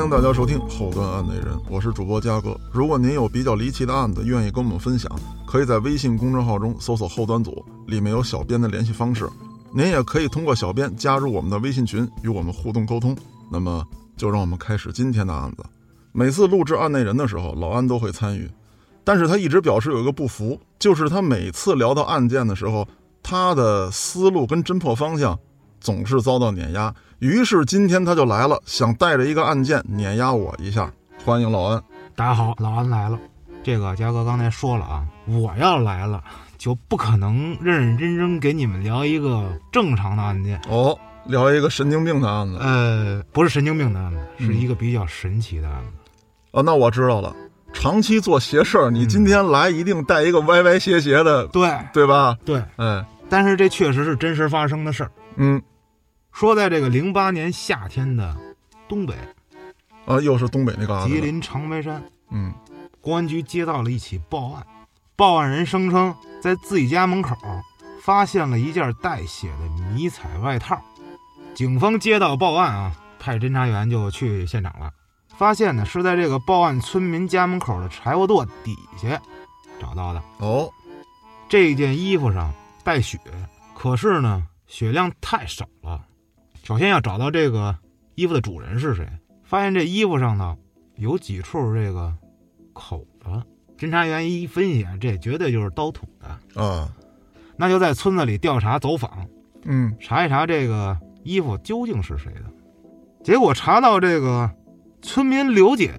迎大家收听后端案内人，我是主播嘉哥。如果您有比较离奇的案子愿意跟我们分享，可以在微信公众号中搜索后端组，里面有小编的联系方式。您也可以通过小编加入我们的微信群，与我们互动沟通。那么就让我们开始今天的案子。每次录制案内人的时候，老安都会参与，但是他一直表示有一个不服，就是他每次聊到案件的时候，他的思路跟侦破方向总是遭到碾压。于是今天他就来了，想带着一个案件碾压我一下。欢迎老安。 大家好，老安来了。这个嘉哥刚才说了啊，我要来了就不可能认认真真给你们聊一个正常的案件哦，聊一个神经病的案子。 不是神经病的案子，是一个比较神奇的案子。 那我知道了，长期做邪事儿，你今天来一定带一个歪歪斜斜的，对吧？ 对，但是这确实是真实发生的事儿。说在这个08年夏天的东北， 又是东北那个吉林长白山，公安局接到了一起报案，报案人声称在自己家门口发现了一件带血的迷彩外套。警方接到报案啊，派侦查员就去现场了，发现呢是在这个报案村民家门口的柴火垛底下找到的。这件衣服上带血，可是呢血量太少了。首先要找到这个衣服的主人是谁，发现这衣服上呢有几处这个口子，侦查员一分析，这绝对就是刀捅的那就在村子里调查走访，查一查这个衣服究竟是谁的。结果查到这个村民刘姐，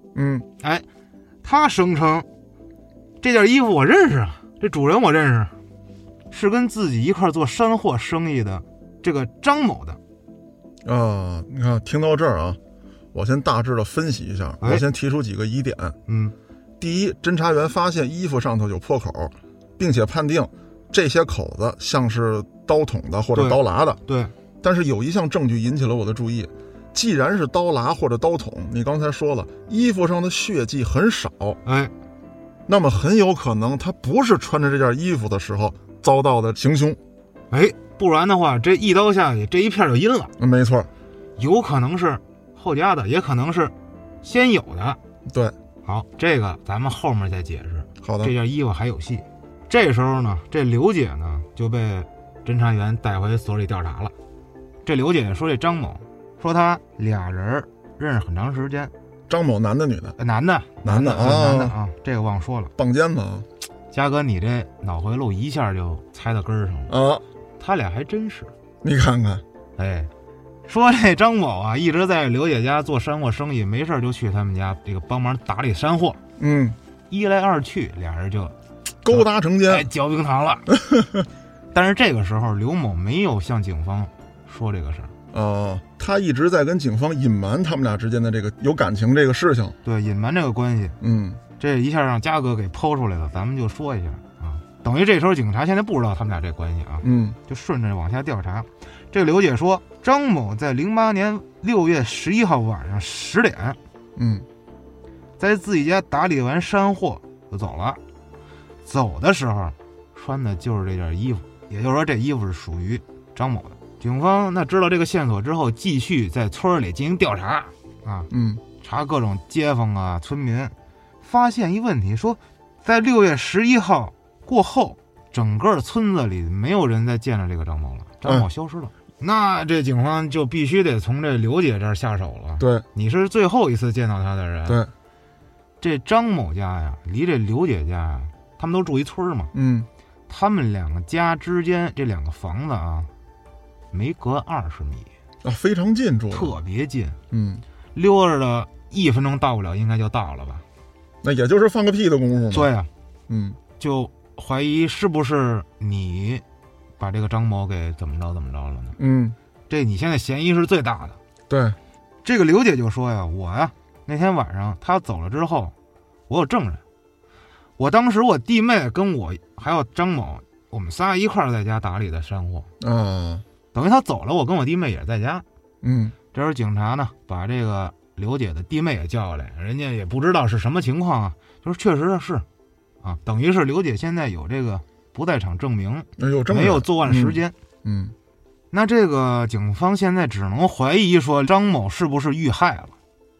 她声称这件衣服我认识啊，这主人我认识，是跟自己一块做山货生意的这个张某的。 你看听到这儿啊，我先大致的分析一下，我先提出几个疑点。第一，侦查员发现衣服上头有破口，并且判定这些口子像是刀捅的或者刀剌的。 对， 但是有一项证据引起了我的注意，既然是刀剌或者刀捅，你刚才说了衣服上的血迹很少，那么很有可能他不是穿着这件衣服的时候遭到的行凶。 不然的话这一刀下去这一片就阴了。 没错， 有可能是后加的，也可能是先有的。 对， 好，这个咱们后面再解释。 好的， 这件衣服还有戏。这时候呢，这刘姐呢就被侦查员带回所里调查了。这刘姐说，这张某说他俩人认识很长时间。 张某男的女的？ 男的啊，这个忘说了。 棒尖子啊！ 嘉哥，你这脑回路一下就猜到根儿上了他俩还真是。 你看看， 说这张某啊一直在刘姐家做山货生意，没事就去他们家这个帮忙打理山货。一来二去，俩人就勾搭成奸， 嚼冰糖了。但是这个时候刘某没有向警方说这个事儿。 他一直在跟警方隐瞒他们俩之间的这个有感情这个事情。 对，隐瞒这个关系。这一下让嘉哥给剖出来了，咱们就说一下啊。等于这时候警察现在不知道他们俩这关系啊。就顺着往下调查。这个刘姐说，张某在08年6月11号晚上10点，在自己家打理完山货就走了。走的时候穿的就是这件衣服，也就是说这衣服是属于张某的。警方那知道这个线索之后，继续在村里进行调查查各种街坊啊村民，发现一问题，说在6月11号过后，整个村子里没有人再见着这个张某了，张某消失了。那这警方就必须得从这刘姐这儿下手了。 对， 你是最后一次见到他的人。 对， 这张某家呀离这刘姐家呀，他们都住一村嘛。他们两个家之间这两个房子啊没隔20米非常近，住特别近。溜着的1分钟到不了，应该就到了吧？ 那也就是放个屁的功夫嘛。 对啊，就怀疑是不是你把这个张某给怎么着了呢？这你现在嫌疑是最大的。 对， 这个刘姐就说呀，我呀那天晚上他走了之后，我有证人，我当时我弟妹跟我还有张某，我们仨一块在家打理的山货等于他走了，我跟我弟妹也在家。这时候警察呢把这个刘姐的弟妹也叫过来，人家也不知道是什么情况啊，就是确实是等于是刘姐现在有这个不在场证明，没有作案时间。那这个警方现在只能怀疑说张某是不是遇害了。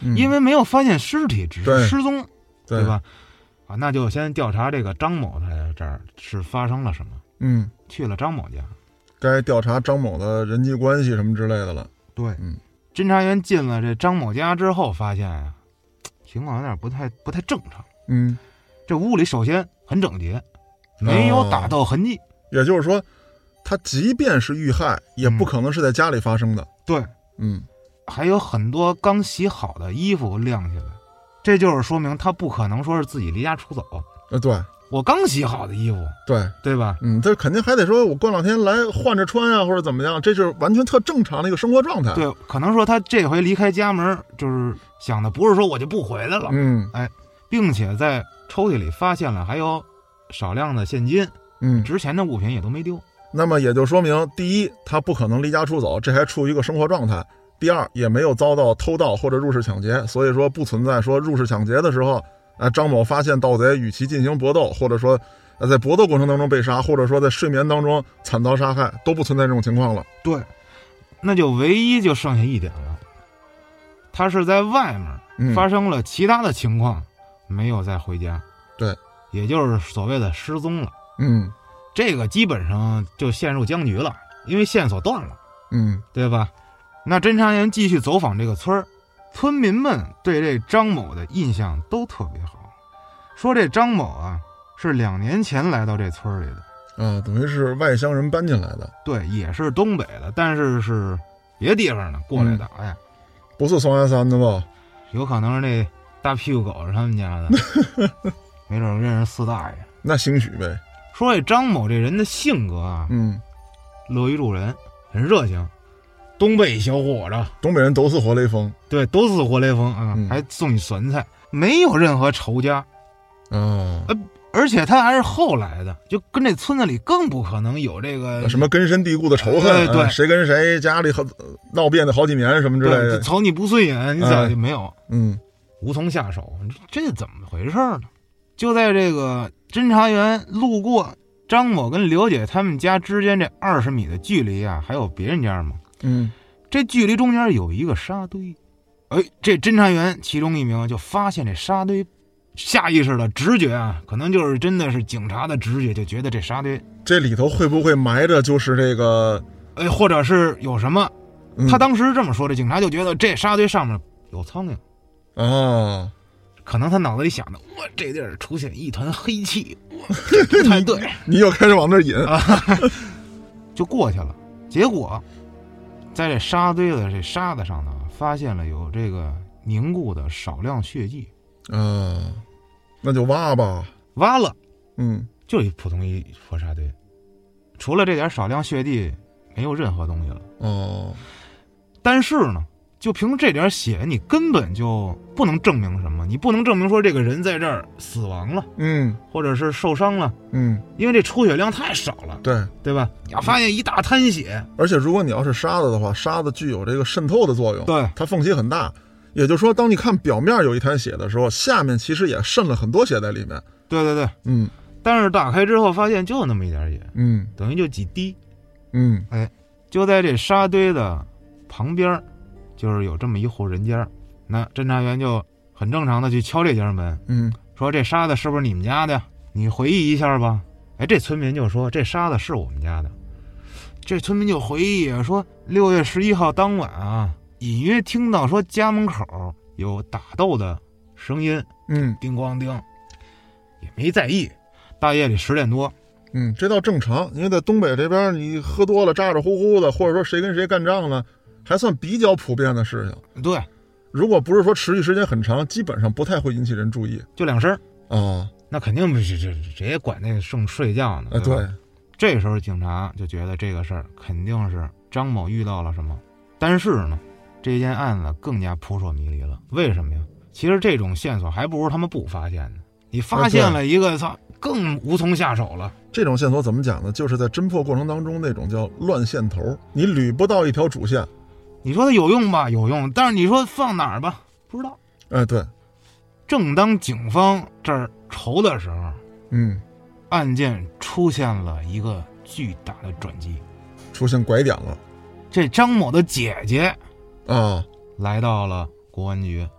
因为没有发现尸体，只是失踪， 对吧？啊，那就先调查这个张某他这儿是发生了什么。去了张某家， 该调查张某的人际关系什么之类的了。 对，侦查员进了这张某家之后，发现呀，情况有点不太正常。这屋里首先很整洁，没有打斗痕迹。 也就是说，他即便是遇害，也不可能是在家里发生的。 对，还有很多刚洗好的衣服晾起来，这就是说明他不可能说是自己离家出走。 对， 我刚洗好的衣服，对吧？ 这肯定还得说我过两天来换着穿啊，或者怎么样，这是完全特正常的一个生活状态。 对，可能说他这回离开家门，就是想的不是说我就不回来了，并且在抽屉里发现了还有少量的现金，值钱的物品也都没丢。 那么也就说明，第一，他不可能离家出走，这还处于一个生活状态；第二，也没有遭到偷盗或者入室抢劫，所以说不存在说入室抢劫的时候，张某发现盗贼与其进行搏斗，或者说在搏斗过程当中被杀，或者说在睡眠当中惨遭杀害，都不存在这种情况了。 对，那就唯一就剩下一点了，他是在外面发生了其他的情况，没有再回家。 对， 也就是所谓的失踪了。这个基本上就陷入僵局了，因为线索断了。对吧？那侦查员继续走访这个村儿，村民们对这张某的印象都特别好，说这张某啊是2年前来到这村里的， 等于是外乡人搬进来的。对， 也是东北的，但是是别地方的过来的。 不是双鸭山的吧？ 有可能是那大屁股狗是他们家的，没准认识四大爷。 那兴许呗。 说这张某这人的性格啊，乐于助人，很热情。东北小伙子， 东北人都是活雷锋， 对，都是活雷锋啊，还送你酸菜，没有任何仇家而且他还是后来的，就跟这村子里更不可能有这个什么根深蒂固的仇恨， 对， 谁跟谁家里闹别扭好几年什么之类的， 瞅你不顺眼，你咋就没有？无从下手，这怎么回事呢？就在这个侦查员路过张某跟刘姐他们家之间这20米的距离啊，还有别人家吗？这距离中间有一个沙堆，这侦查员其中一名就发现这沙堆，下意识的直觉啊，可能就是真的是警察的直觉，就觉得这沙堆这里头会不会埋着就是这个， 或者是有什么？他当时这么说，这警察就觉得这沙堆上面有苍蝇可能他脑子里想的，我这地儿出现一团黑气，不太对， 你又开始往那引就过去了。结果在这沙堆的这沙子上呢，发现了有这个凝固的少量血迹那就挖吧。 挖了就普通一破沙堆，除了这点少量血迹没有任何东西了但是呢，就凭这点血，你根本就不能证明什么，你不能证明说这个人在这儿死亡了或者是受伤了因为这出血量太少了，对吧？你要发现一大滩血， 而且如果你要是沙子的话，沙子具有这个渗透的作用， 对， 它缝隙很大，也就是说当你看表面有一滩血的时候，下面其实也渗了很多血在里面。 对但是打开之后发现就那么一点血等于就几滴就在这沙堆的旁边就是有这么一户人家，那侦查员就很正常的去敲这家门说这沙子是不是你们家的？你回忆一下吧。这村民就说这沙子是我们家的。这村民就回忆说6月11号当晚啊，隐约听到说家门口有打斗的声音叮咣叮，也没在意。大夜里10点多这倒正常，因为在东北这边你喝多了咋咋呼呼的，或者说谁跟谁干仗了，还算比较普遍的事情。 对， 如果不是说持续时间很长，基本上不太会引起人注意， 就2声那肯定不是谁也管那正睡觉呢对， 这时候警察就觉得这个事儿肯定是张某遇到了什么。但是呢，这件案子更加扑朔迷离了。为什么呀？其实这种线索还不如他们不发现呢。你发现了一个更无从下手了。 这种线索怎么讲呢？就是在侦破过程当中那种叫乱线头，你捋不到一条主线。 你说它有用吧，有用，但是你说放哪儿吧，不知道。 对。 正当警方这儿愁的时候，案件出现了一个巨大的转机， 出现拐点了。 这张某的姐姐来到了公安局，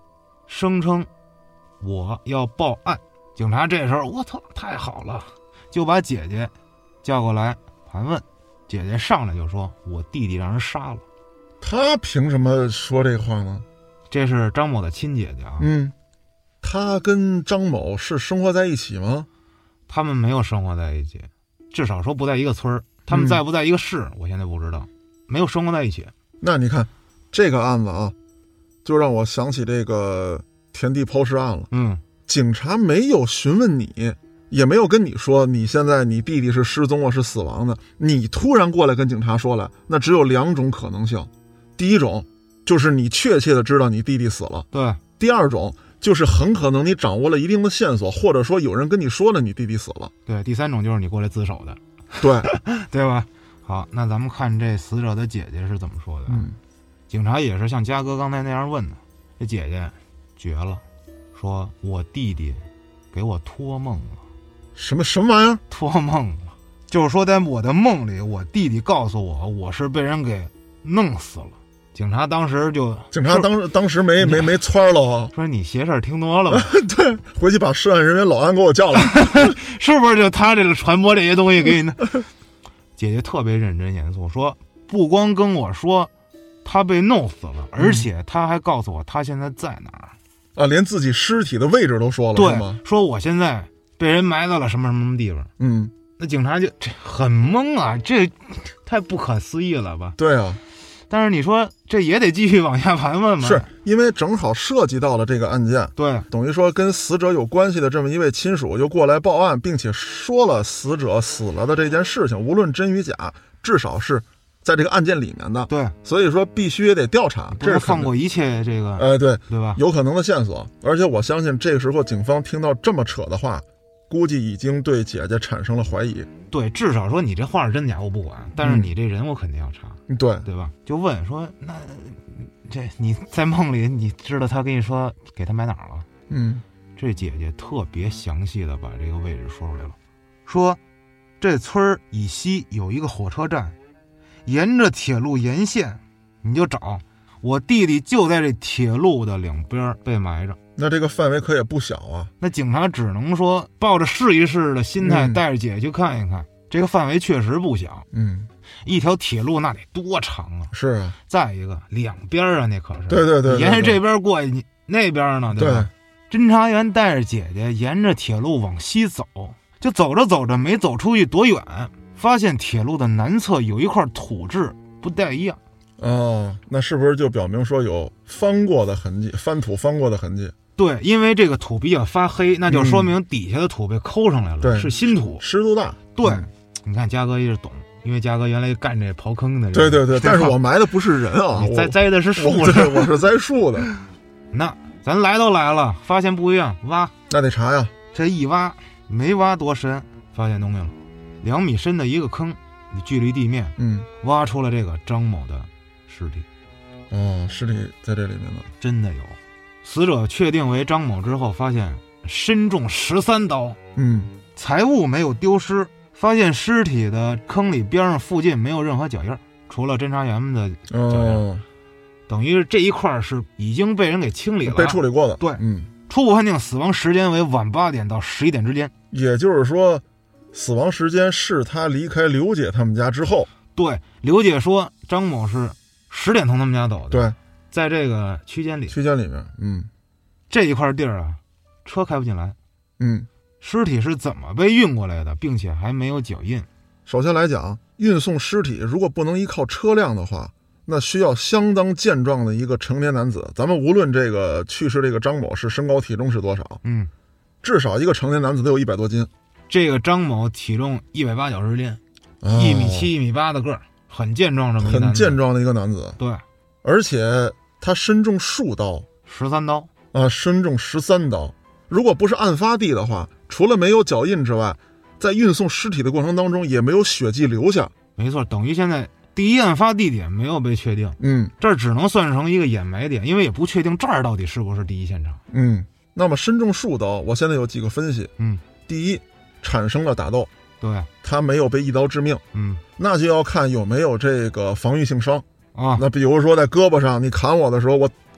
声称我要报案。警察这时候我操，太好了，就把姐姐叫过来盘问。姐姐上来就说我弟弟让人杀了。 他凭什么说这话呢？ 这是张某的亲姐姐啊。 他跟张某是生活在一起吗？ 他们没有生活在一起，至少说不在一个村，他们在不在一个市，我现在不知道，没有生活在一起。 那你看这个案子啊，就让我想起这个田地抛尸案了。警察没有询问你，也没有跟你说你现在你弟弟是失踪了，是死亡的，你突然过来跟警察说了，那只有两种可能性。第一种就是你确切的知道你弟弟死了， 对。 第二种就是很可能你掌握了一定的线索，或者说有人跟你说了你弟弟死了。 对，第三种就是你过来自首的。 对对吧？好，那咱们看这死者的姐姐是怎么说的。警察也是像嘉哥刚才那样问的，这姐姐绝了，说我弟弟给我托梦了。 什么玩意儿？ 托梦了，就是说在我的梦里，我弟弟告诉我我是被人给弄死了。警察当时当时没窜了啊， 说你邪事儿听多了吧？ 对，回去把涉案人员老安给我叫来。 是不是就他这个传播这些东西给你？姐姐特别认真严肃说，不光跟我说他被弄死了，而且他还告诉我他现在在哪儿啊，连自己尸体的位置都说了。 对是吗？ 说我现在被人埋到了什么什么地方。那警察就这很懵啊，这太不可思议了吧？ 对啊。 但是你说这也得继续往下盘问吗？ 是因为正好涉及到了这个案件， 对， 等于说跟死者有关系的这么一位亲属就过来报案，并且说了死者死了的这件事情，无论真与假，至少是在这个案件里面的。 对， 所以说必须也得调查， 不是放过一切这个，对吧？ 有可能的线索。而且我相信这个时候警方听到这么扯的话，估计已经对姐姐产生了怀疑。 对，至少说你这话是真假我不管，但是你这人我肯定要查。对吧？就问说，那这你在梦里你知道他跟你说给他埋哪儿了？这姐姐特别详细的把这个位置说出来了，说这村以西有一个火车站，沿着铁路沿线你就找，我弟弟就在这铁路的两边被埋着。 那这个范围可也不小啊。 那警察只能说抱着试一试的心态，带着姐姐去看一看。这个范围确实不小。一条铁路那得多长啊！ 是啊。 再一个两边啊，那可是。 对， 沿着这边过去，你那边呢，对吧？侦查员带着姐姐沿着铁路往西走，就走着走着，没走出去多远，发现铁路的南侧有一块土质不太一样。 那是不是就表明说有翻过的痕迹，翻土翻过的痕迹？ 对，因为这个土比较发黑，那就说明底下的土被抠上来了，是新土， 湿度大。 对，你看嘉哥也是懂，因为嘉哥原来干这刨坑的人。 对，但是我埋的不是人啊， 你栽的是树。 对，我是栽树的。 那咱来都来了，发现不一样，挖， 那得查呀。 这一挖没挖多深，发现东西了，2米深的一个坑，你距离地面，挖出了这个张某的尸体。 尸体在这里面呢， 真的有。死者确定为张某之后，发现身中13刀，财物没有丢失，发现尸体的坑里边上附近没有任何脚印，除了侦查员们的脚印，等于这一块是已经被人给清理了， 被处理过的。 对，初步判定死亡时间为晚8点到11点之间， 也就是说，死亡时间是他离开刘姐他们家之后。 对，刘姐说张某是10点从他们家走的。 对， 在这个区间里面， 这一块地儿啊，车开不进来。尸体是怎么被运过来的，并且还没有脚印。 首先来讲，运送尸体如果不能依靠车辆的话，那需要相当健壮的一个成年男子。咱们无论这个去世这个张某是身高体重是多少，至少一个成年男子都有100多斤。 这个张某体重180-90斤，1米7、1米8的个儿，很健壮，这么一个男子， 很健壮的一个男子。 对， 而且他身中数刀 ，13刀啊，身中13刀。如果不是案发地的话，除了没有脚印之外，在运送尸体的过程当中也没有血迹留下。 没错，等于现在第一案发地点没有被确定，这儿只能算成一个掩埋点，因为也不确定这儿到底是不是第一现场。 那么身中数刀，我现在有几个分析。第一，产生了打斗， 对， 他没有被一刀致命。那就要看有没有这个防御性伤啊。那比如说在胳膊上，你砍我的时候，我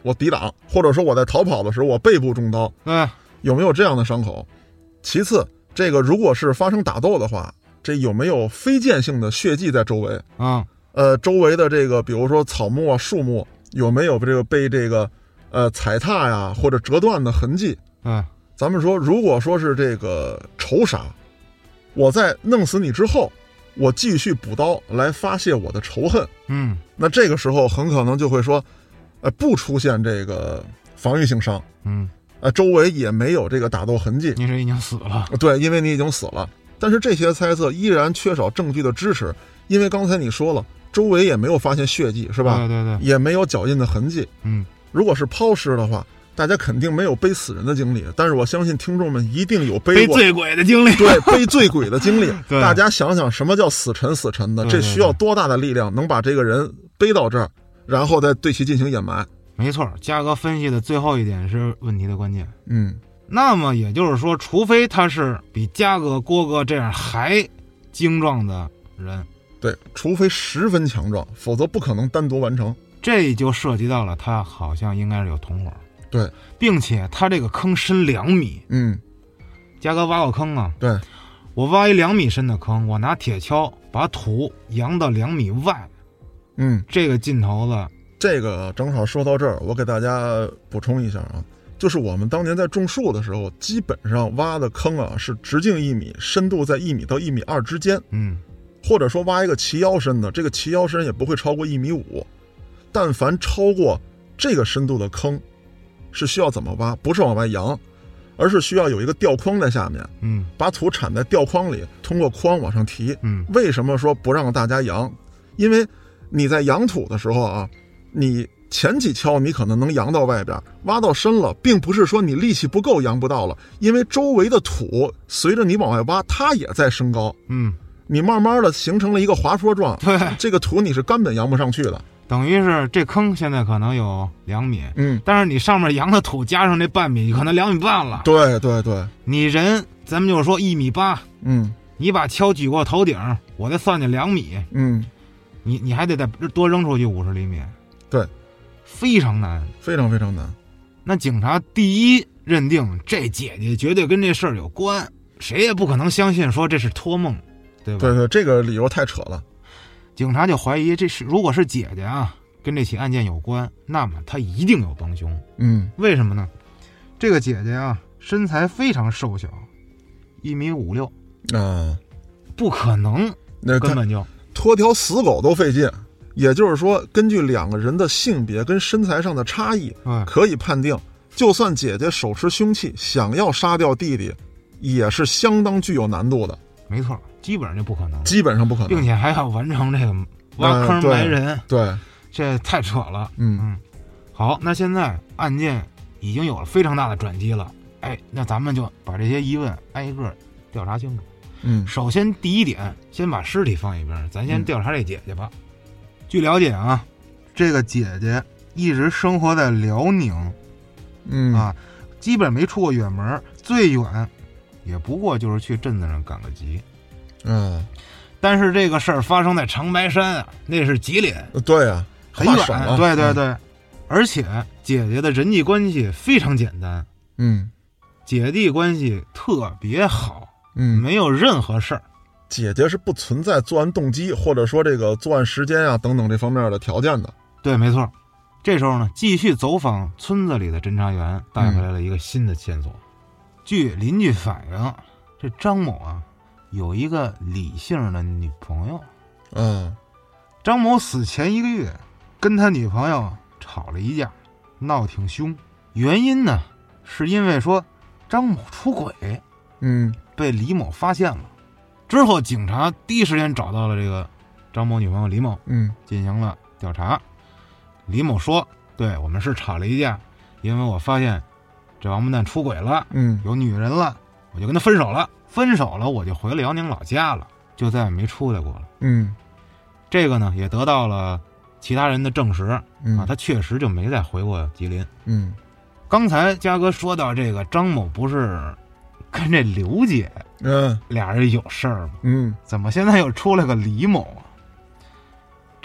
我抵挡，或者说我在逃跑的时候我背部中刀，有没有这样的伤口？其次，这个如果是发生打斗的话，这有没有非见性的血迹在周围？周围的这个比如说草木啊、树木有没有这个被这个踩踏呀或者折断的痕迹？咱们说，如果说是这个仇杀，我在弄死你之后，我继续补刀来发泄我的仇恨，那这个时候很可能就会说，不出现这个防御性伤，周围也没有这个打斗痕迹， 你是已经死了， 对，因为你已经死了。但是这些猜测依然缺少证据的支持，因为刚才你说了，周围也没有发现血迹，是吧？ 对， 也没有脚印的痕迹。如果是抛尸的话，大家肯定没有背死人的经历，但是我相信听众们一定有背醉鬼的经历， 对，背醉鬼的经历。大家想想，什么叫死沉的？这需要多大的力量能把这个人背到这儿，然后再对其进行掩埋？ 没错，嘉哥分析的最后一点是问题的关键。那么也就是说，除非他是比嘉哥、郭哥这样还精壮的人， 对，除非十分强壮，否则不可能单独完成。 这就涉及到了他好像应该是有同伙。 对，并且他这个坑深2米。嘉哥挖过坑啊？ 对， 我挖一2米深的坑，我拿铁锹把土扬到2米外。这个劲头子， 这个正好说到这儿，我给大家补充一下啊，就是我们当年在种树的时候，基本上挖的坑啊是直径1米，深度在1米到1.2米之间。或者说挖一个齐腰深的，这个齐腰深也不会超过1.5米。但凡超过这个深度的坑，是需要怎么挖？不是往外扬，而是需要有一个吊筐在下面，把土铲在吊筐里，通过筐往上提。为什么说不让大家扬？因为你在扬土的时候啊，你前几锹你可能能扬到外边，挖到深了，并不是说你力气不够扬不到了，因为周围的土随着你往外挖，它也在升高。你慢慢的形成了一个滑坡状， 对， 这个土你是根本扬不上去的。 等于是这坑现在可能有2米，但是你上面扬的土加上这半米，可能2.5米了。 对， 你人咱们就是说1.8米，你把锹举过头顶，我再算你2米，你还得再多扔出去50厘米， 对， 非常难， 非常非常难。 那警察第一认定这姐姐绝对跟这事儿有关，谁也不可能相信说这是托梦，对吧？ 对，这个理由太扯了。 警察就怀疑如果是姐姐啊跟这起案件有关，那么她一定有帮凶。为什么呢？这个姐姐啊身材非常瘦小，1.56米不可能，根本就拖条死狗都费劲。也就是说，根据2个人的性别跟身材上的差异，可以判定，就算姐姐手持凶器想要杀掉弟弟，也是相当具有难度的。 没错，基本上就不可能， 基本上不可能， 并且还要完成这个挖坑埋人， 对， 这太扯了。好，那现在案件已经有了非常大的转机了，那咱们就把这些疑问挨个调查清楚。首先第一点，先把尸体放一边，咱先调查这姐姐吧。据了解啊，这个姐姐一直生活在辽宁，基本没出过远门，最远也不过就是去镇子上赶个集。但是这个事儿发生在长白山啊，那是吉林， 对啊， 很远。对，而且姐姐的人际关系非常简单，姐弟关系特别好，没有任何事儿。 姐姐是不存在作案动机或者说这个作案时间啊等等这方面的条件的。 对，没错。这时候呢，继续走访村子里的侦查员带回来了一个新的线索。据邻居反映，这张某啊有一个李姓的女朋友。张某死前1个月跟他女朋友吵了一架，闹挺凶。原因呢是因为说张某出轨，被李某发现了。之后警察第一时间找到了这个张某女朋友李某，进行了调查。李某说，对，我们是吵了一架，因为我发现这王八蛋出轨了，有女人了，我就跟他分手了，我就回了辽宁老家了，就再也没出来过了。这个呢也得到了其他人的证实，他确实就没再回过吉林。刚才嘉哥说到这个张某不是跟这刘姐俩人有事儿吗？怎么现在又出来个李某啊？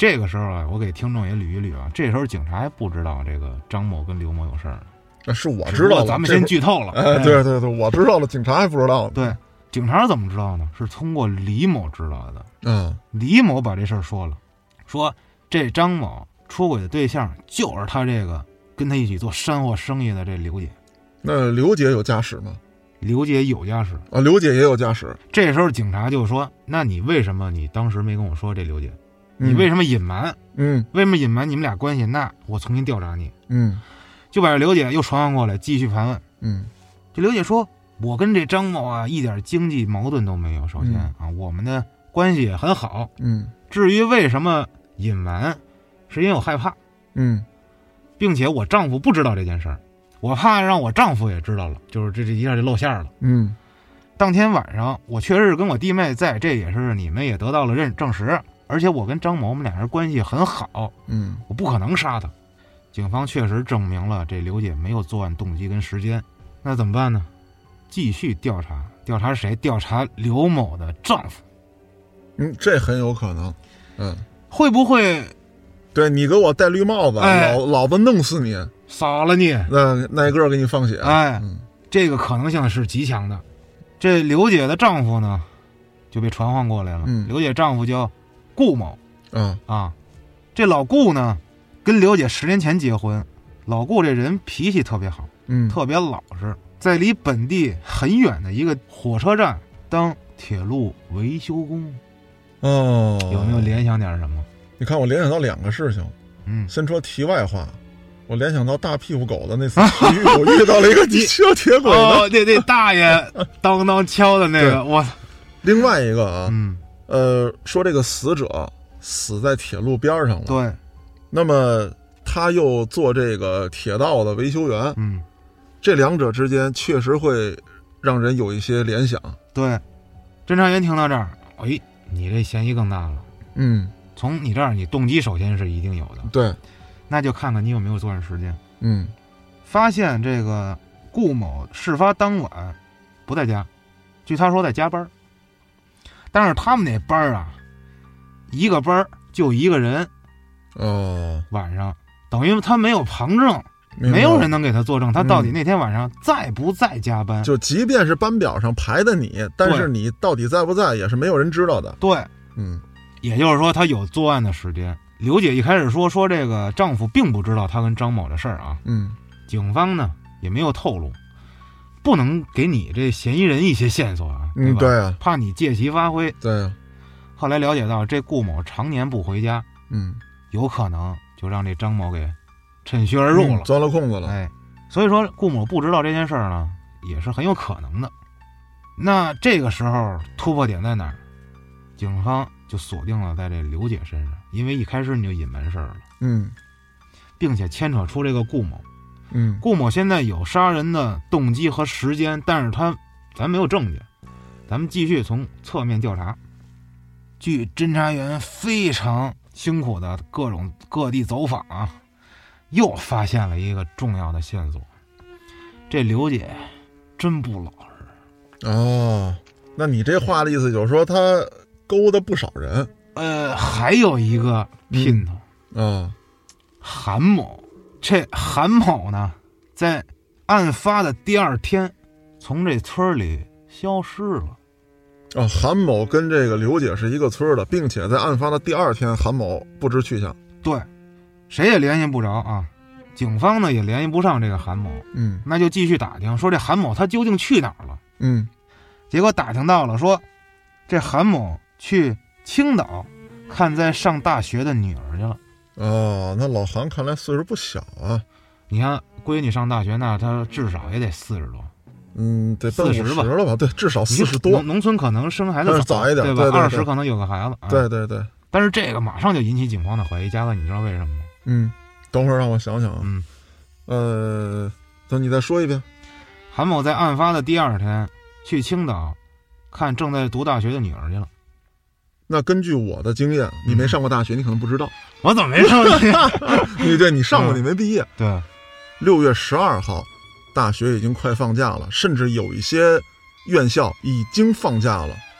这个时候啊，我给听众也捋一捋啊，这时候警察还不知道这个张某跟刘某有事儿呢。 那是我知道了， 咱们先剧透了。 对对对，我知道了，警察还不知道呢。 对，警察怎么知道呢？是通过李某知道的。李某把这事儿说了，说这张某出轨的对象就是他这个跟他一起做山货生意的这刘姐。 那刘姐有家室吗？ 刘姐有家室啊，刘姐也有家室。 这时候警察就说：“那你为什么你当时没跟我说这刘姐？你为什么隐瞒？为什么隐瞒你们俩关系？那我重新调查你。”就把刘姐又传唤过来继续盘问。这刘姐说：“我跟这张某啊一点经济矛盾都没有。首先啊，我们的关系也很好。至于为什么隐瞒，是因为我害怕。并且我丈夫不知道这件事儿。”我怕让我丈夫也知道了，就是这一下就露馅了。当天晚上我确实是跟我弟妹在，这也是你们也得到了证实。而且我跟张某我们俩人关系很好，我不可能杀他。警方确实证明了这刘姐没有作案动机跟时间。那怎么办呢？继续调查，调查谁？调查刘某的丈夫。 这很有可能。 会不会？ 对，你给我戴绿帽子，老子弄死你！ 杀了你， 那个给你放血。 这个可能性是极强的。这刘姐的丈夫呢，就被传唤过来了。刘姐丈夫叫顾某。这老顾呢，跟刘姐10年前结婚。老顾这人脾气特别好，特别老实，在离本地很远的一个火车站当铁路维修工。有没有联想点什么？ 你看，我联想到2个事情。先说题外话。我联想到大屁股狗的那次奇遇，我遇到了一个敲铁轨的。 那大爷当当敲的那个，我。 另外一个啊，说这个死者死在铁路边上了。 对。 那么他又做这个铁道的维修员。这两者之间确实会让人有一些联想。 对。侦查员听到这儿，你这嫌疑更大了。从你这儿，你动机首先是一定有的。 对。 那就看看你有没有作案时间。发现这个顾某事发当晚不在家，据他说在加班。但是他们那班啊，一个班就一个人。晚上等于他没有旁证，没有人能给他作证，他到底那天晚上在不在加班。 就即便是班表上排的你，但是你到底在不在也是没有人知道的。 对。也就是说他有作案的时间。刘姐一开始说这个丈夫并不知道她跟张某的事儿啊。警方呢也没有透露，不能给你这嫌疑人一些线索啊，对吧？ 对啊， 怕你借题发挥。 对啊。 后来了解到这顾某常年不回家，有可能就让这张某给趁虚而入了， 钻了空子了。 所以说顾某不知道这件事儿呢，也是很有可能的。那这个时候突破点在哪儿？警方就锁定了在这刘姐身上，因为一开始你就隐瞒事儿了。并且牵扯出这个顾某。顾某现在有杀人的动机和时间，但是咱没有证据，咱们继续从侧面调查。据侦查员非常辛苦的各地走访啊，又发现了一个重要的线索。这刘姐真不老实。 那你这话的意思就是说她勾搭不少人。 还有一个姘头。韩某。这韩某呢，在案发的第2天从这村里消失了。 韩某跟这个刘姐是一个村的，并且在案发的第2天韩某不知去向。 对，谁也联系不着啊。警方呢也联系不上这个韩某。那就继续打听，说这韩某他究竟去哪儿了。结果打听到了，说这韩某去青岛看在上大学的女儿去了。 那老韩看来岁数不小啊。 你看闺女上大学，那她至少也得40多。 得40吧了吧？对，至少40多。 农村可能生孩子早一点， 对吧？20可能有个孩子。 对。 但是这个马上就引起警方的怀疑。嘉哥，你知道为什么吗？ 等会儿让我想想啊。等你再说一遍。 韩某在案发的第2天去青岛看正在读大学的女儿去了。 那根据我的经验，你没上过大学，你可能不知道。 我怎么没上过大学？ 对，你上过，你没毕业。 对。 6月12号，大学已经快放假了，甚至有一些院校已经放假了。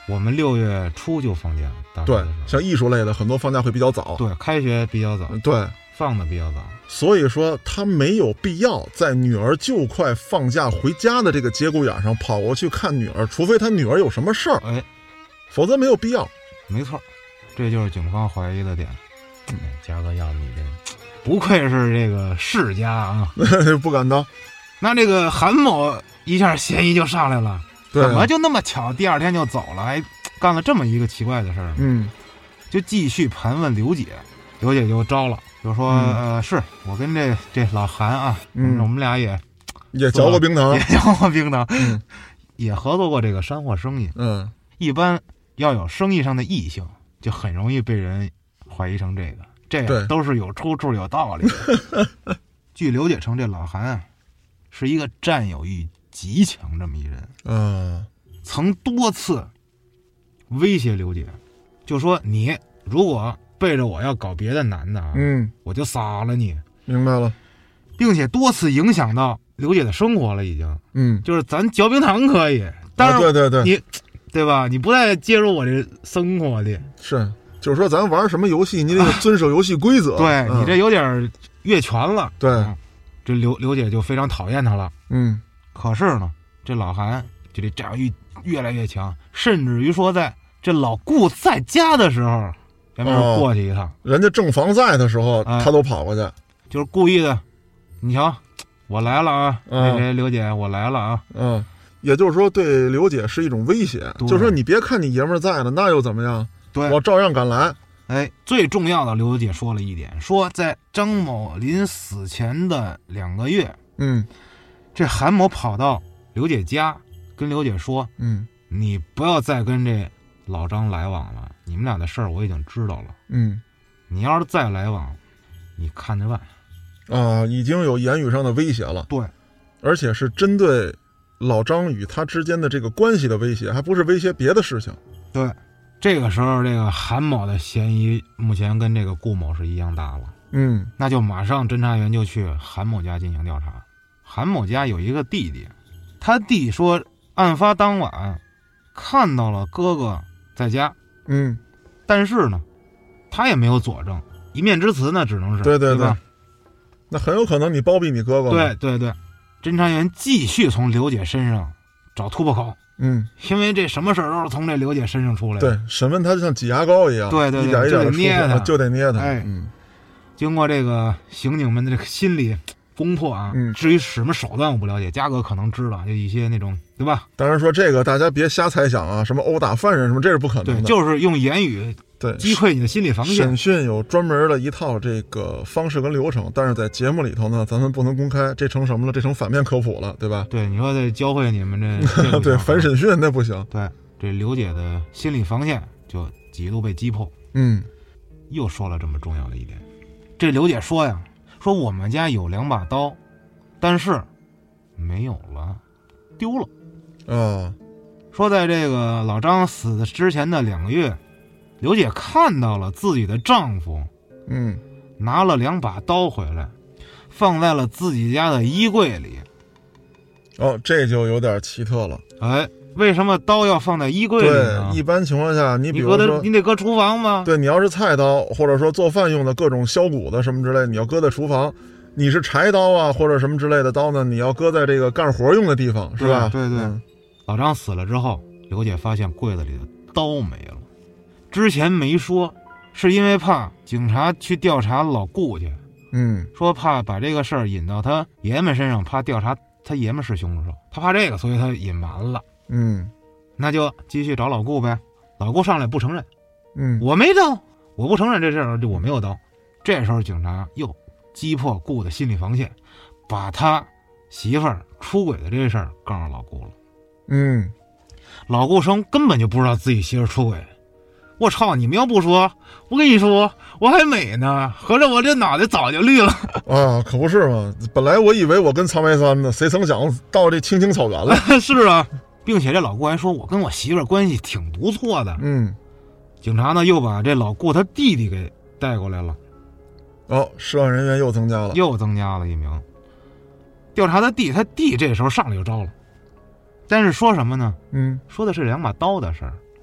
我们6月初就放假， 对，像艺术类的很多放假会比较早， 对，开学比较早， 对， 放的比较早， 所以说他没有必要在女儿就快放假回家的这个节骨眼上跑过去看女儿，除非他女儿有什么事儿，否则没有必要。 没错，这就是警方怀疑的点。嘉哥，要你这不愧是这个世家啊， 不敢当。 那这个韩某一下嫌疑就上来了，怎么就那么巧第2天就走了，还干了这么一个奇怪的事儿？就继续盘问刘姐，刘姐就招了，就说是我跟这老韩啊，我们俩也嚼过冰糖， 也合作过这个山货生意。一般要有生意上的异性，就很容易被人怀疑成这个都是有出处有道理的。据刘姐称，这老韩啊是一个占有欲极强这么一人，曾多次威胁刘姐，就说你如果背着我要搞别的男的啊，我就杀了你。 明白了， 并且多次影响到刘姐的生活了，已经，就是咱嚼冰糖可以，但是对你，对吧？你不再介入我这生活里， 是，就是说咱玩什么游戏，你得遵守游戏规则。 对，你这有点越权了。 对， 这刘姐就非常讨厌他了。可是呢，这老韩就这占有欲越来越强，甚至于说在这老顾在家的时候，前面过去一趟， 人家正房在的时候，他都跑过去， 就是故意的。你瞧，我来了啊，刘姐，我来了啊。 也就是说，对刘姐是一种威胁，就是说你别看你爷们儿在了，那又怎么样？ 对， 我照样敢来。 最重要的，刘姐说了一点，说在张某临死前的2个月，这韩某跑到刘姐家，跟刘姐说，你不要再跟这老张来往了，你们俩的事儿我已经知道了，你要是再来往，你看着办。 已经有言语上的威胁了。 对， 而且是针对老张与他之间的这个关系的威胁，还不是威胁别的事情。 对，这个时候这个韩某的嫌疑目前跟这个顾某是一样大了。那就马上侦查员就去韩某家进行调查。韩某家有一个弟弟，他弟说案发当晚看到了哥哥在家，但是呢他也没有佐证，一面之词呢只能是对吧？ 那很有可能你包庇你哥哥。 对，侦查员继续从刘姐身上找突破口，因为这什么事儿都是从这刘姐身上出来的。 对，审问他就像挤牙膏一样， 对， 一点一点的就得捏他。 经过这个刑警们的这个心理攻破啊，至于什么手段我不了解，嘉哥可能知道，就一些那种，对吧？ 当然说这个大家别瞎猜想啊，什么殴打犯人什么，这是不可能的。 对，就是用言语击溃你的心理防线。 审讯有专门的一套这个方式跟流程，但是在节目里头呢，咱们不能公开，这成什么了？这成反面科普了，对吧？ 对，你说得教会你们这对反审讯那不行。 对，这刘姐的心理防线就几度被击破。又说了这么重要的一点，这刘姐说呀，说我们家有2把刀，但是没有了，丢了。说在这个老张死之前的2个月，刘姐看到了自己的丈夫，拿了2把刀回来，放在了自己家的衣柜里。 这就有点奇特了。 为什么刀要放在衣柜里呢？ 对，一般情况下，你比如说， 你得搁厨房吗？ 对，你要是菜刀，或者说做饭用的各种削骨的什么之类，你要搁在厨房。你是柴刀啊，或者什么之类的刀呢，你要搁在这个干活用的地方，是吧？ 对。老张死了之后，刘姐发现柜子里的刀没了。之前没说，是因为怕警察去调查老顾去，说怕把这个事儿引到他爷们身上，怕调查他爷们是凶手，他怕这个，所以他隐瞒了。那就继续找老顾呗。老顾上来不承认，我没刀，我不承认这事儿，我没有刀。这时候警察又击破顾的心理防线，把他媳妇儿出轨的这事儿告诉老顾了。老顾生根本就不知道自己媳妇儿出轨。我操，你们要不说，我跟你说我还美呢，合着我这脑袋早就绿了可不是嘛，本来我以为我跟苍白山呢，谁曾想到这青青草原了是啊，并且这老顾还说我跟我媳妇儿关系挺不错的。警察呢又把这老顾他弟弟给带过来了。 涉案人员又增加了一名。调查他弟这时候上来就招了，但是说什么呢？说的是2把刀的事儿。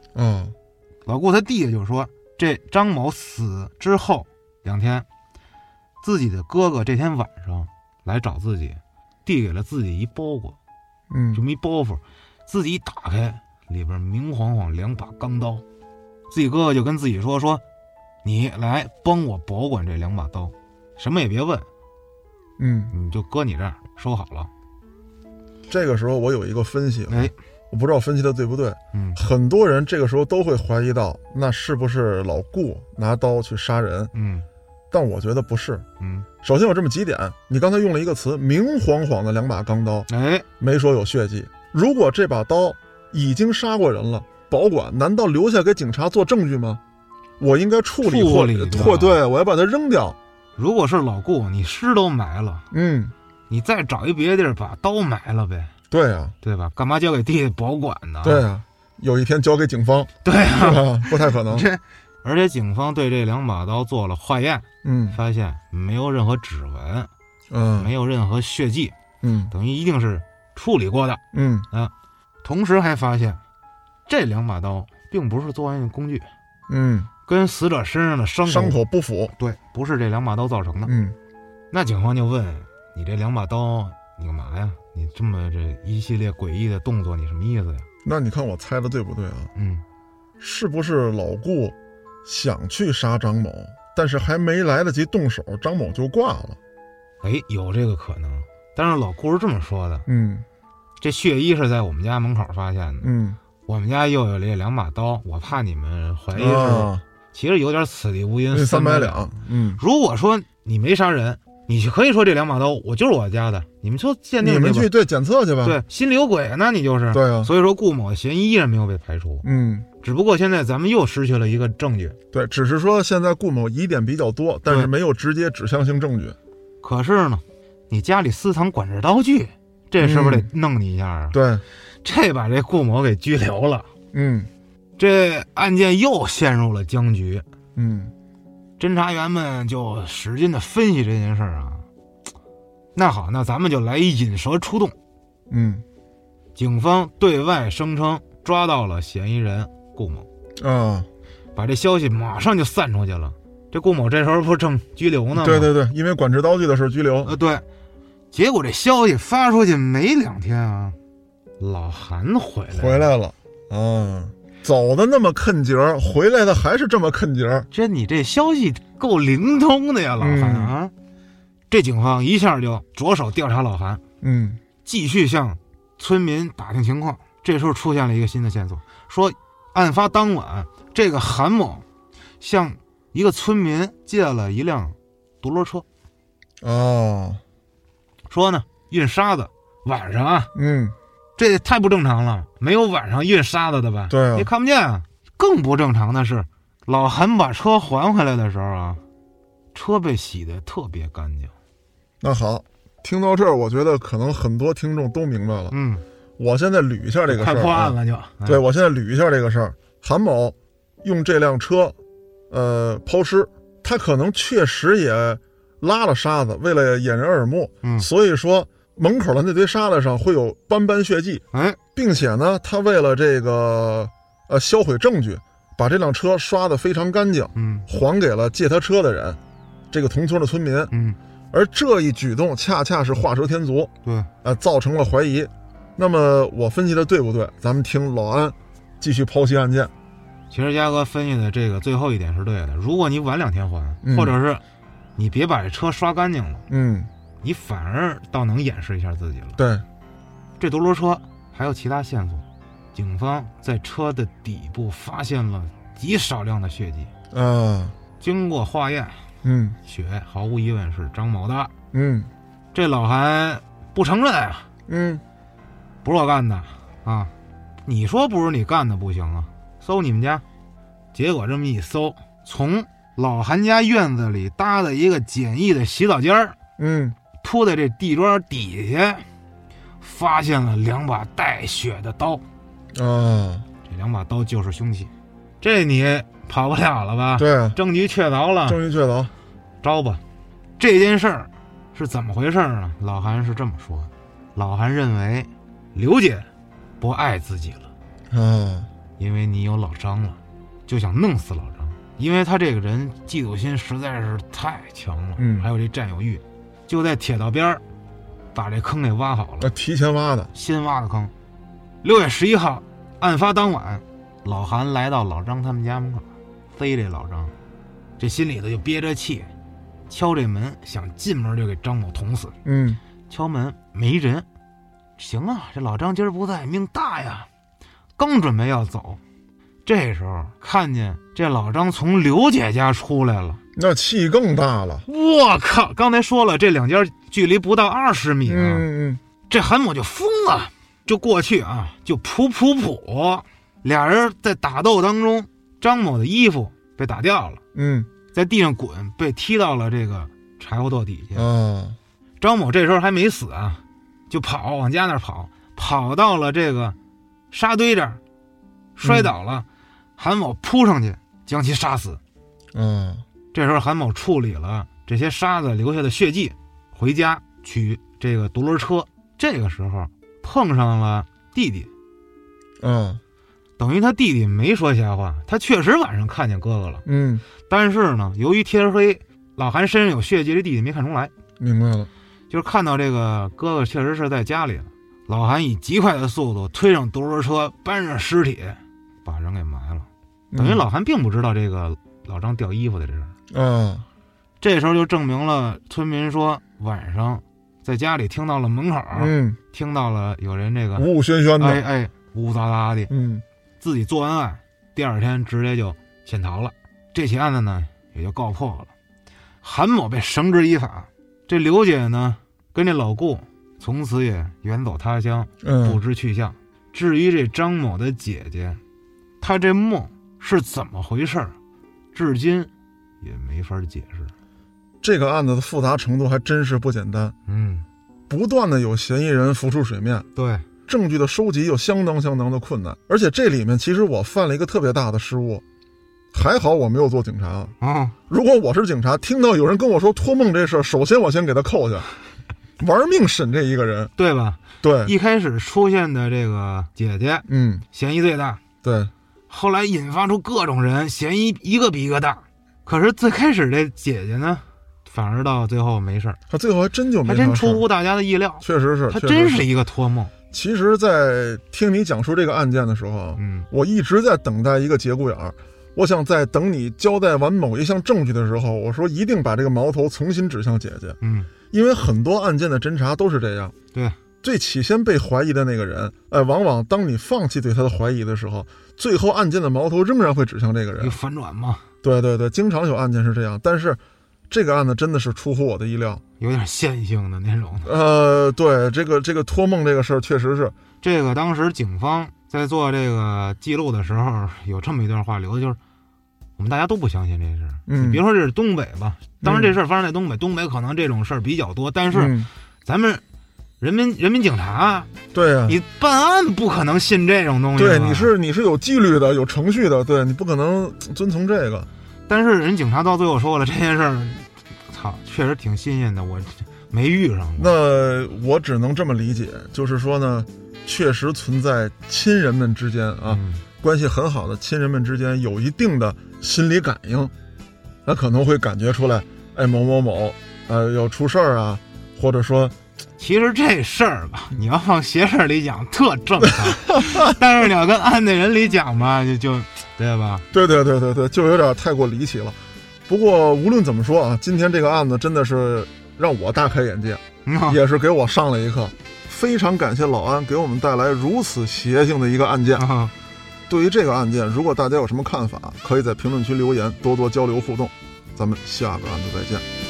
老顾他弟弟就说，这张某死之后2天，自己的哥哥这天晚上来找自己，递给了自己一包裹，这么一包袱，自己一打开，里边明晃晃2把钢刀。自己哥哥就跟自己说，你来帮我保管这2把刀，什么也别问，你就搁你这儿收好了。 这个时候我有一个分析，我不知道分析的对不对，很多人这个时候都会怀疑到，那是不是老顾拿刀去杀人？但我觉得不是。首先有这么几点，你刚才用了一个词，明晃晃的2把钢刀，没说有血迹。如果这把刀已经杀过人了，保管难道留下给警察做证据吗？我应该处理或对，我要把它扔掉。 如果是老顾，你尸都埋了，你再找一别的地儿把刀埋了呗。 对啊， 对吧？干嘛交给弟弟保管呢？ 对啊，有一天交给警方， 对啊， 不太可能。 而且警方对这2把刀做了化验，发现没有任何指纹，没有任何血迹，等于一定是处理过的，同时还发现这2把刀并不是作案工具，跟死者身上的伤口不符， 对，不是这2把刀造成的。那警方就问你，这2把刀你干嘛呀？你这么这一系列诡异的动作，你什么意思呀？ 那你看我猜的对不对啊？是不是老顾想去杀张某，但是还没来得及动手，张某就挂了？ 有这个可能。但是老顾是这么说的，这血衣是在我们家门口发现的，我们家又有这2把刀，我怕你们怀疑是，其实有点此地无银300两。如果说你没杀人，你可以说这2把刀我就是我家的，你们就鉴定去吧， 你们去检测去吧。 对，心里有鬼呢，你就是。 对啊。 所以说顾某的嫌疑依然没有被排除。只不过现在咱们又失去了一个证据。 对，只是说现在顾某疑点比较多，但是没有直接指向性证据。 可是呢，你家里私藏管制刀具，这是不是得弄你一下啊？ 对， 这把这顾某给拘留了。这案件又陷入了僵局。侦查员们就使劲的分析这件事啊。那好，那咱们就来一引蛇出洞。警方对外声称抓到了嫌疑人顾某，把这消息马上就散出去了。这顾某这时候不正拘留呢吗？ 对，因为管制刀具的事拘留。 对。结果这消息发出去没2天啊，老韩回来了。走的那么坑节儿，回来的还是这么坑节儿。 你这消息够灵通的呀，老韩啊！这警方一下就着手调查老韩，继续向村民打听情况。这时候出现了一个新的线索，说案发当晚，这个韩某向一个村民借了一辆独轮车。说呢运沙子，晚上啊，这太不正常了，没有晚上运沙子的吧？ 对啊， 你看不见啊。更不正常的是，老韩把车还回来的时候啊，车被洗得特别干净。 那好，听到这儿，我觉得可能很多听众都明白了。我现在捋一下这个事儿， 快破案了就。 对，我现在捋一下这个事儿。韩某用这辆车，抛尸，他可能确实也拉了沙子，为了掩人耳目，所以说门口的那堆沙子上会有斑斑血迹，并且呢，他为了这个销毁证据，把这辆车刷得非常干净，还给了借他车的人，这个同村的村民，而这一举动恰恰是画蛇添足， 对， 造成了怀疑。那么我分析的对不对？咱们听老安继续剖析案件。 其实嘉哥分析的这个最后一点是对的，如果你晚2天还，或者是你别把这车刷干净了，你反而倒能掩饰一下自己了。 对， 这独轮车还有其他线索，警方在车的底部发现了极少量的血迹，经过化验，血毫无疑问是张某的。这老韩不承认啊，不是我干的啊，你说不是你干的不行啊，搜你们家。结果这么一搜，从老韩家院子里搭的一个简易的洗澡间儿，铺在这地砖底下，发现了2把带血的刀。这2把刀就是凶器，这你跑不了了吧？ 对啊， 证据确凿了， 证据确凿， 招吧。这件事儿是怎么回事呢？老韩是这么说的，老韩认为刘姐不爱自己了， 因为你有老张了，就想弄死老张，因为他这个人嫉妒心实在是太强了，还有这占有欲，就在铁道边把这坑给挖好了， 提前挖的， 新挖的坑。6月11号，案发当晚，老韩来到老张他们家门口，逮这老张，这心里头就憋着气，敲这门想进门就给张某捅死。敲门没人，行啊，这老张今儿不在，命大呀。刚准备要走，这时候看见这老张从刘姐家出来了， 那气更大了。 我靠！刚才说了，这两家距离不到20米啊。这韩某就疯了，就过去啊，就噗，俩人在打斗当中，张某的衣服被打掉了，在地上滚，被踢到了这个柴火垛底下。张某这时候还没死啊，就往家那儿跑到了这个沙堆这儿，摔倒了。韩某扑上去将其杀死。这时候韩某处理了这些沙子留下的血迹，回家取这个独轮车。这个时候碰上了弟弟，等于他弟弟没说瞎话，他确实晚上看见哥哥了。但是呢，由于天黑，老韩身上有血迹，这弟弟没看出来。 明白了， 就是看到这个哥哥确实是在家里了。老韩以极快的速度推上独轮车，搬上尸体，把人给埋了。等于老韩并不知道这个老张掉衣服的这事儿。这时候就证明了村民说晚上在家里听到了门口，听到了有人这个呜呜喧喧的，呜喳喳的，自己做完案，第二天直接就潜逃了。这起案子呢也就告破了，韩某被绳之以法。这刘姐呢跟这老顾从此也远走他乡，不知去向。至于这张某的姐姐，她这梦是怎么回事，至今也没法解释。 这个案子的复杂程度还真是不简单。不断的有嫌疑人浮出水面， 对， 证据的收集又相当的困难。而且这里面其实我犯了一个特别大的失误，还好我没有做警察如果我是警察，听到有人跟我说托梦这事儿，首先我先给他扣下，玩命审这一个人， 对吧？ 对， 一开始出现的这个姐姐，嫌疑最大， 对， 后来引发出各种人，嫌疑一个比一个大。可是最开始这姐姐呢，反而到最后没事， 他最后还真就没事， 还真出乎大家的意料， 确实是， 他真是一个托梦。 其实在听你讲述这个案件的时候，我一直在等待一个节骨眼儿。我想在等你交代完某一项证据的时候，我说一定把这个矛头重新指向姐姐。因为很多案件的侦查都是这样， 对， 最起先被怀疑的那个人，往往当你放弃对他的怀疑的时候，最后案件的矛头仍然会指向这个人， 有反转嘛？ 对对对，经常有案件是这样，但是这个案子真的是出乎我的意料， 有点线性的那种。 对，这个托梦这个事儿确实是， 这个当时警方在做这个记录的时候，有这么一段话留的，就是我们大家都不相信这事儿。你别说这是东北吧，当然这事儿发生在东北，东北可能这种事儿比较多，但是咱们人民警察， 对啊， 你办案不可能信这种东西。 对，你是有纪律的，有程序的，对，你不可能遵从这个。 但是人警察到最后说了，这件事儿，操，确实挺新鲜的，我没遇上过。 那我只能这么理解，就是说呢，确实存在亲人们之间啊，关系很好的亲人们之间有一定的心理感应，他可能会感觉出来，某某某，要出事儿啊，或者说， 其实这事儿吧，你要往邪事里讲特正常，但是你要跟案内人里讲吧，就对吧？ 对，就有点太过离奇了。不过无论怎么说啊，今天这个案子真的是让我大开眼界，也是给我上了一课。非常感谢老安给我们带来如此邪性的一个案件。对于这个案件，如果大家有什么看法，可以在评论区留言，多多交流互动。咱们下个案子再见。